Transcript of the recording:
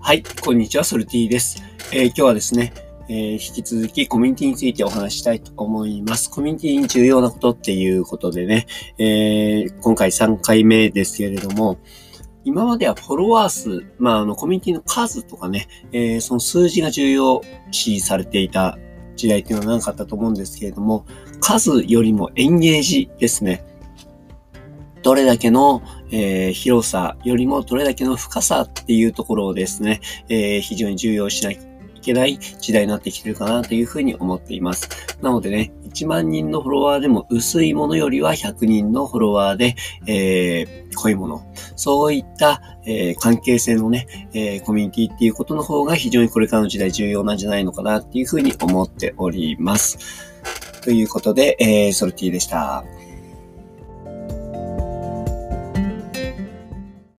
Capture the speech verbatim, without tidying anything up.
はい、こんにちは、ソルティです。えー、今日はですね、えー、引き続きコミュニティについてお話ししたいと思います。コミュニティに重要なことっていうことでね、えー、今回さんかいめですけれども、今まではフォロワー数、まあ、あの、コミュニティの数とかね、えー、その数字が重要視されていた時代っていうのはなかったと思うんですけれども、数よりもエンゲージですね。どれだけの、えー、広さよりもどれだけの深さっていうところをですね、えー、非常に重要しなきゃいけない時代になってきてるかなというふうに思っています。なのでね、いちまんにんのフォロワーでも薄いものよりはひゃくにんのフォロワーで、えー、濃いもの。そういった、えー、関係性のね、えー、コミュニティっていうことの方が非常にこれからの時代重要なんじゃないのかなっていうふうに思っております。ということで、えー、ソルティでした。